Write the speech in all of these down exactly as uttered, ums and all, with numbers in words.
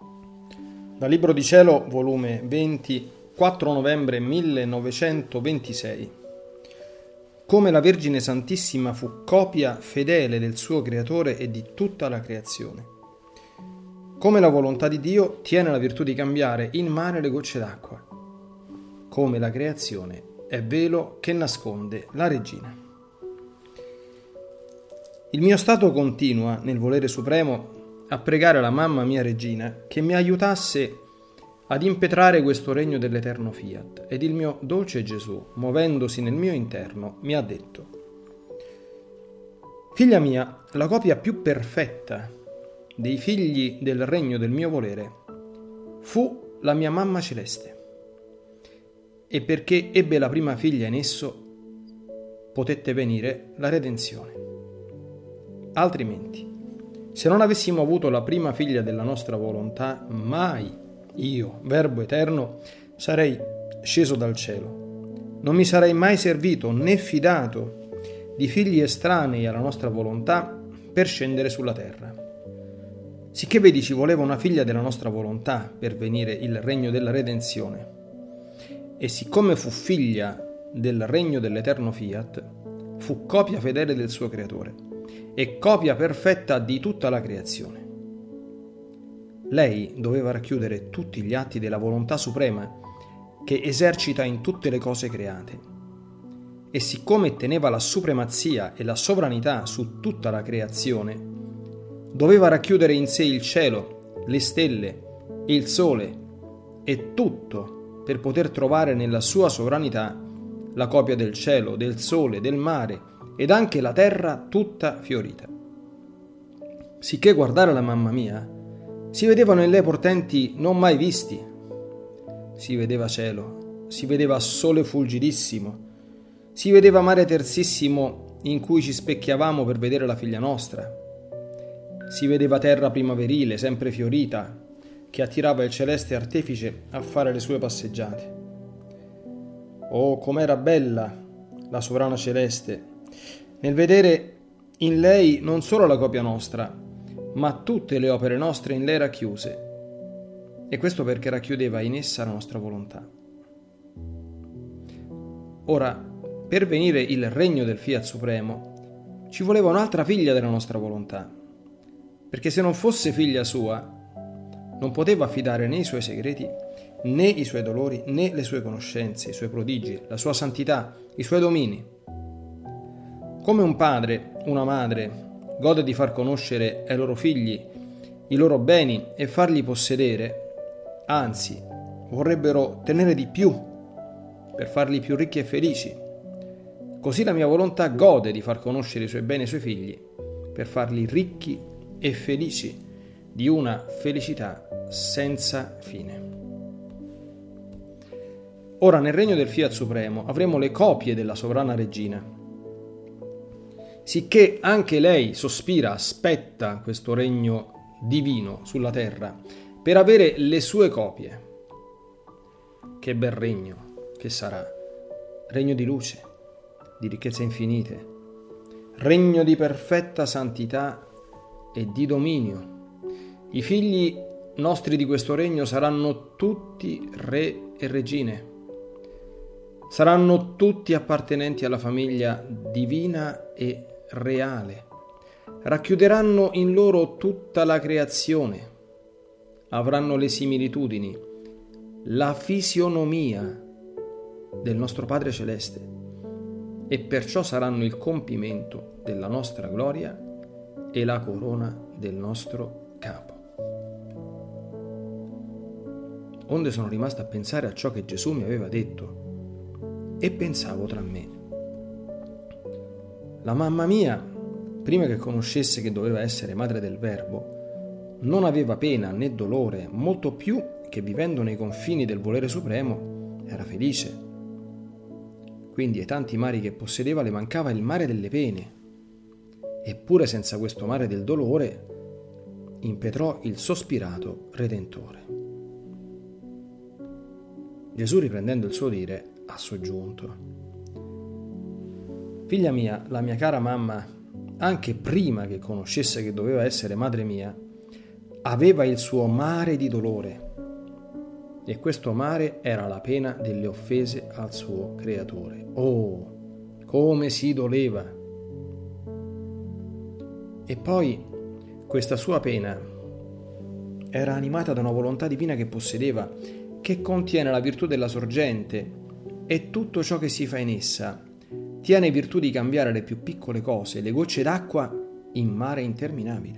Dal Libro di Cielo, volume venti, quattro novembre millenovecentoventisei. Come la Vergine Santissima fu copia fedele del suo Creatore e di tutta la creazione. Come la volontà di Dio tiene la virtù di cambiare in mare le gocce d'acqua. Come la creazione è velo che nasconde la Regina. Il mio stato continua nel volere supremo a pregare la mamma mia Regina che mi aiutasse ad impetrare questo regno dell'eterno Fiat, ed il mio dolce Gesù, muovendosi nel mio interno, mi ha detto: figlia mia, la copia più perfetta dei figli del regno del mio volere fu la mia mamma celeste, e perché ebbe la prima figlia in esso potette venire la redenzione. Altrimenti, se non avessimo avuto la prima figlia della nostra volontà, mai io, Verbo eterno, sarei sceso dal cielo. Non mi sarei mai servito né fidato di figli estranei alla nostra volontà per scendere sulla terra. Sicché vedi, ci voleva una figlia della nostra volontà per venire il regno della redenzione. E siccome fu figlia del regno dell'eterno Fiat, fu copia fedele del suo Creatore e copia perfetta di tutta la creazione. Lei doveva racchiudere tutti gli atti della volontà suprema che esercita in tutte le cose create, e siccome teneva la supremazia e la sovranità su tutta la creazione, doveva racchiudere in sé il cielo, le stelle e il sole e tutto per poter trovare nella sua sovranità la copia del cielo, del sole, del mare ed anche la terra tutta fiorita. Sicché guardare la mamma mia si vedevano in lei portenti non mai visti. Si vedeva cielo, si vedeva sole fulgidissimo, si vedeva mare tersissimo in cui ci specchiavamo per vedere la figlia nostra. Si vedeva terra primaverile, sempre fiorita, che attirava il celeste artefice a fare le sue passeggiate. Oh, com'era bella la sovrana celeste nel vedere in lei non solo la copia nostra, ma tutte le opere nostre in lei racchiuse, e questo perché racchiudeva in essa la nostra volontà. Ora, per venire il regno del Fiat Supremo, ci voleva un'altra figlia della nostra volontà, perché se non fosse figlia sua, non poteva affidare né i suoi segreti, né i suoi dolori, né le sue conoscenze, i suoi prodigi, la sua santità, i suoi domini. Come un padre, una madre, gode di far conoscere ai loro figli i loro beni e farli possedere, anzi, vorrebbero tenere di più per farli più ricchi e felici. Così la mia volontà gode di far conoscere i suoi beni ai suoi figli per farli ricchi e felici di una felicità senza fine. Ora, nel regno del Fiat Supremo avremo le copie della sovrana Regina, sicché anche lei sospira, aspetta questo regno divino sulla terra per avere le sue copie. Che bel regno che sarà! Regno di luce, di ricchezze infinite, regno di perfetta santità e di dominio. I figli nostri di questo regno saranno tutti re e regine. Saranno tutti appartenenti alla famiglia divina e reale. Racchiuderanno in loro tutta la creazione. Avranno le similitudini, la fisionomia del nostro Padre Celeste, e perciò saranno il compimento della nostra gloria e la corona del nostro capo. Onde sono rimasto a pensare a ciò che Gesù mi aveva detto, e pensavo tra me: la mamma mia, prima che conoscesse che doveva essere madre del Verbo, non aveva pena né dolore, molto più che vivendo nei confini del volere supremo era felice. Quindi ai tanti mari che possedeva le mancava il mare delle pene, eppure senza questo mare del dolore impetrò il sospirato Redentore. Gesù, riprendendo il suo dire, ha soggiunto: figlia mia, la mia cara mamma, anche prima che conoscesse che doveva essere madre mia, aveva il suo mare di dolore, e questo mare era la pena delle offese al suo creatore. Oh, come si doleva! E poi questa sua pena era animata da una volontà divina che possedeva, che contiene la virtù della sorgente, e tutto ciò che si fa in essa tiene virtù di cambiare le più piccole cose, le gocce d'acqua, in mare interminabile.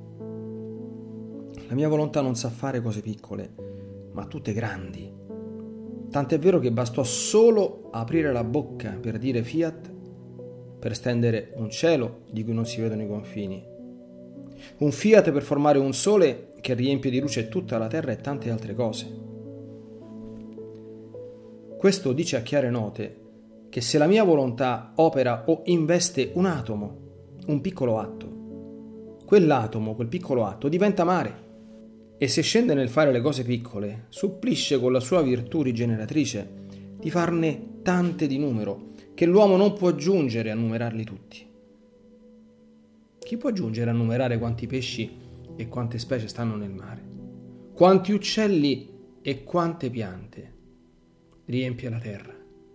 La mia volontà non sa fare cose piccole, ma tutte grandi. Tant'è vero che bastò solo aprire la bocca per dire fiat, per stendere un cielo di cui non si vedono i confini, un fiat per formare un sole che riempie di luce tutta la terra e tante altre cose. Questo dice a chiare note che se la mia volontà opera o investe un atomo, un piccolo atto, quell'atomo, quel piccolo atto diventa mare, e se scende nel fare le cose piccole, supplisce con la sua virtù rigeneratrice di farne tante di numero che l'uomo non può giungere a numerarli tutti. Chi può giungere a numerare quanti pesci e quante specie stanno nel mare? Quanti uccelli e quante piante riempie la terra?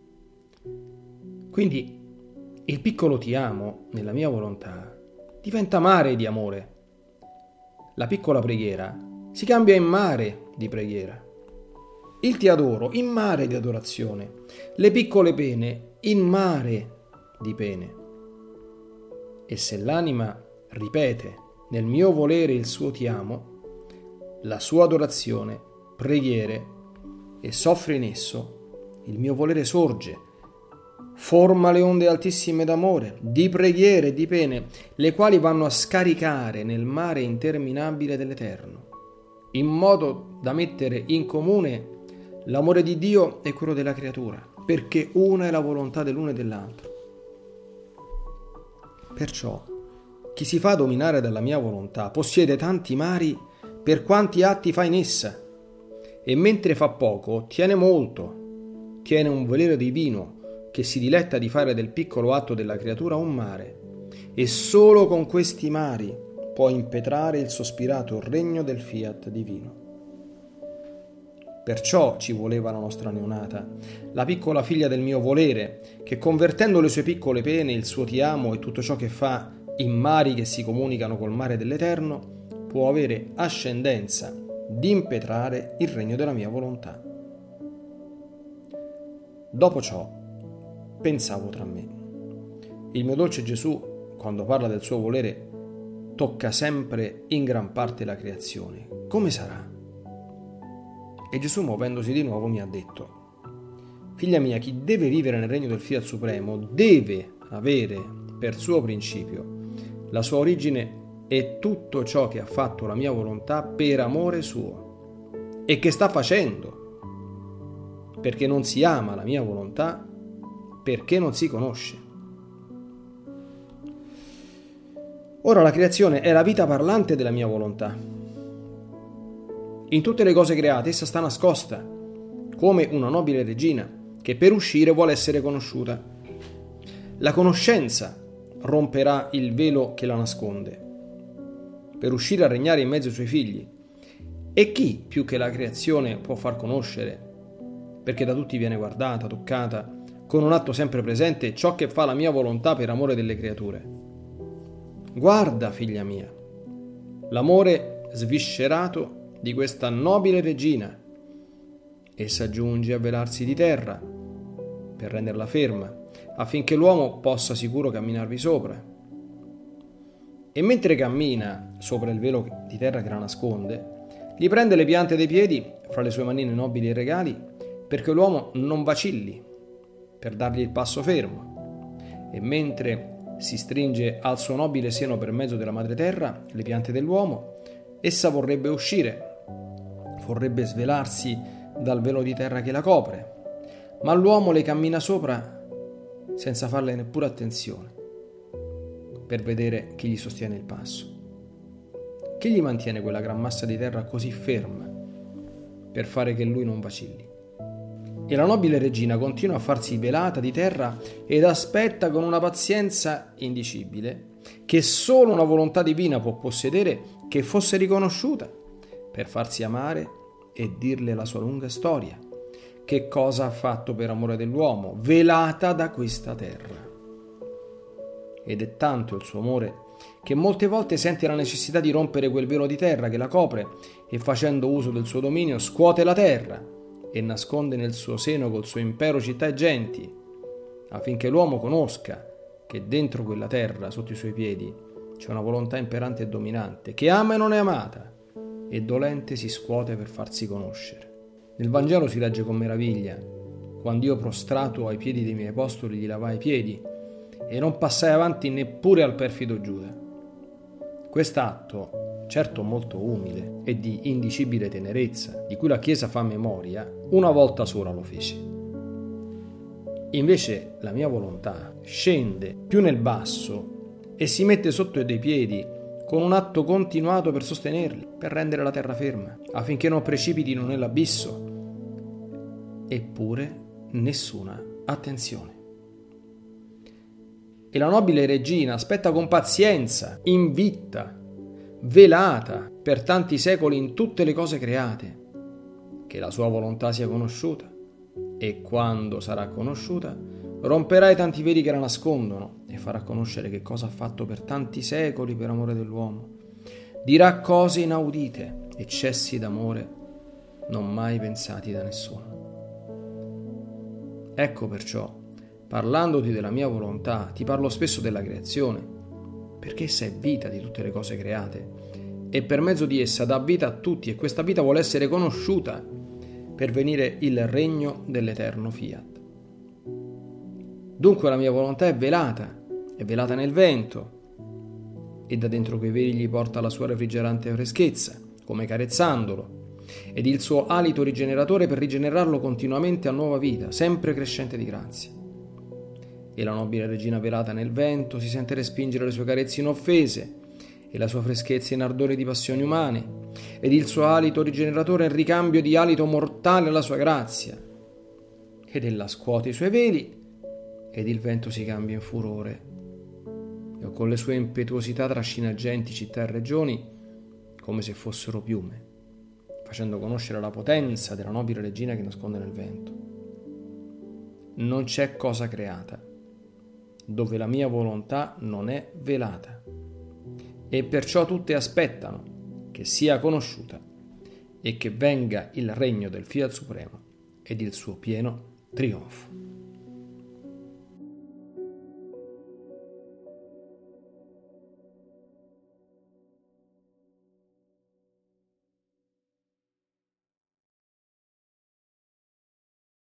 Quindi il piccolo ti amo nella mia volontà diventa mare di amore. La piccola preghiera si cambia in mare di preghiera. Il ti adoro in mare di adorazione. Le piccole pene in mare di pene. E se l'anima ripete nel mio volere il suo ti amo, la sua adorazione, preghiere, e soffre in esso, il mio volere sorge, forma le onde altissime d'amore, di preghiere e di pene, le quali vanno a scaricare nel mare interminabile dell'Eterno, in modo da mettere in comune l'amore di Dio e quello della creatura, perché una è la volontà dell'uno e dell'altro. Perciò chi si fa dominare dalla mia volontà possiede tanti mari per quanti atti fa in essa, e mentre fa poco tiene molto, tiene un volere divino che si diletta di fare del piccolo atto della creatura un mare, e solo con questi mari può impetrare il sospirato regno del fiat divino. Perciò ci voleva la nostra neonata, la piccola figlia del mio volere, che convertendo le sue piccole pene, il suo ti amo e tutto ciò che fa in mari che si comunicano col mare dell'Eterno, può avere ascendenza di impetrare il regno della mia volontà. Dopo ciò pensavo tra me: il mio dolce Gesù, quando parla del suo volere, tocca sempre in gran parte la creazione. Come sarà? E Gesù, muovendosi di nuovo, mi ha detto: figlia mia, chi deve vivere nel regno del Fiat Supremo deve avere per suo principio la sua origine e tutto ciò che ha fatto la mia volontà per amore suo, e che sta facendo, perché non si ama la mia volontà, perché non si conosce. Ora la creazione è la vita parlante della mia volontà. In tutte le cose create essa sta nascosta, come una nobile regina che per uscire vuole essere conosciuta. La conoscenza romperà il velo che la nasconde, per uscire a regnare in mezzo ai suoi figli. E chi più che la creazione può far conoscere, perché da tutti viene guardata, toccata, con un atto sempre presente, ciò che fa la mia volontà per amore delle creature? Guarda, figlia mia, l'amore sviscerato di questa nobile regina. Essa giunge a velarsi di terra per renderla ferma, affinché l'uomo possa sicuro camminarvi sopra. E mentre cammina sopra il velo di terra che la nasconde, gli prende le piante dei piedi fra le sue manine nobili e regali, perché l'uomo non vacilli, per dargli il passo fermo. E mentre si stringe al suo nobile seno per mezzo della madre terra le piante dell'uomo, essa vorrebbe uscire, vorrebbe svelarsi dal velo di terra che la copre, ma l'uomo le cammina sopra senza farle neppure attenzione, per vedere chi gli sostiene il passo. Chi gli mantiene quella gran massa di terra così ferma per fare che lui non vacilli? E la nobile regina continua a farsi velata di terra ed aspetta con una pazienza indicibile, che solo una volontà divina può possedere, che fosse riconosciuta, per farsi amare e dirle la sua lunga storia, che cosa ha fatto per amore dell'uomo, velata da questa terra. Ed è tanto il suo amore che molte volte sente la necessità di rompere quel velo di terra che la copre e, facendo uso del suo dominio, scuote la terra e nasconde nel suo seno col suo impero città e genti, affinché l'uomo conosca che dentro quella terra, sotto i suoi piedi, c'è una volontà imperante e dominante, che ama e non è amata, e dolente si scuote per farsi conoscere. Nel Vangelo si legge con meraviglia: quando io prostrato ai piedi dei miei apostoli gli lavai i piedi, e non passai avanti neppure al perfido Giuda. Quest'atto, certo molto umile e di indicibile tenerezza, di cui la Chiesa fa memoria, una volta sola lo fece. Invece la mia volontà scende più nel basso e si mette sotto dei piedi con un atto continuato per sostenerli, per rendere la terra ferma, affinché non precipitino nell'abisso. Eppure nessuna attenzione. E la nobile regina aspetta con pazienza, invitta, velata per tanti secoli in tutte le cose create, che la sua volontà sia conosciuta, e quando sarà conosciuta romperà i tanti veli che la nascondono e farà conoscere che cosa ha fatto per tanti secoli per amore dell'uomo. Dirà cose inaudite, eccessi d'amore non mai pensati da nessuno. Ecco perciò, parlandoti della mia volontà, ti parlo spesso della creazione, perché essa è vita di tutte le cose create e per mezzo di essa dà vita a tutti, e questa vita vuole essere conosciuta per venire il regno dell'eterno fiat. Dunque la mia volontà è velata, è velata nel vento, e da dentro quei veli gli porta la sua refrigerante freschezza, come carezzandolo, ed il suo alito rigeneratore per rigenerarlo continuamente a nuova vita, sempre crescente di grazia. E la nobile regina velata nel vento si sente respingere le sue carezze inoffese e la sua freschezza in ardori di passioni umane, ed il suo alito rigeneratore in ricambio di alito mortale alla sua grazia. Ed ella scuote i suoi veli ed il vento si cambia in furore e con le sue impetuosità trascina genti, città e regioni come se fossero piume, facendo conoscere la potenza della nobile regina che nasconde nel vento. Non c'è cosa creata dove la mia volontà non è velata, e perciò tutte aspettano che sia conosciuta e che venga il regno del Fiat Supremo ed il suo pieno trionfo.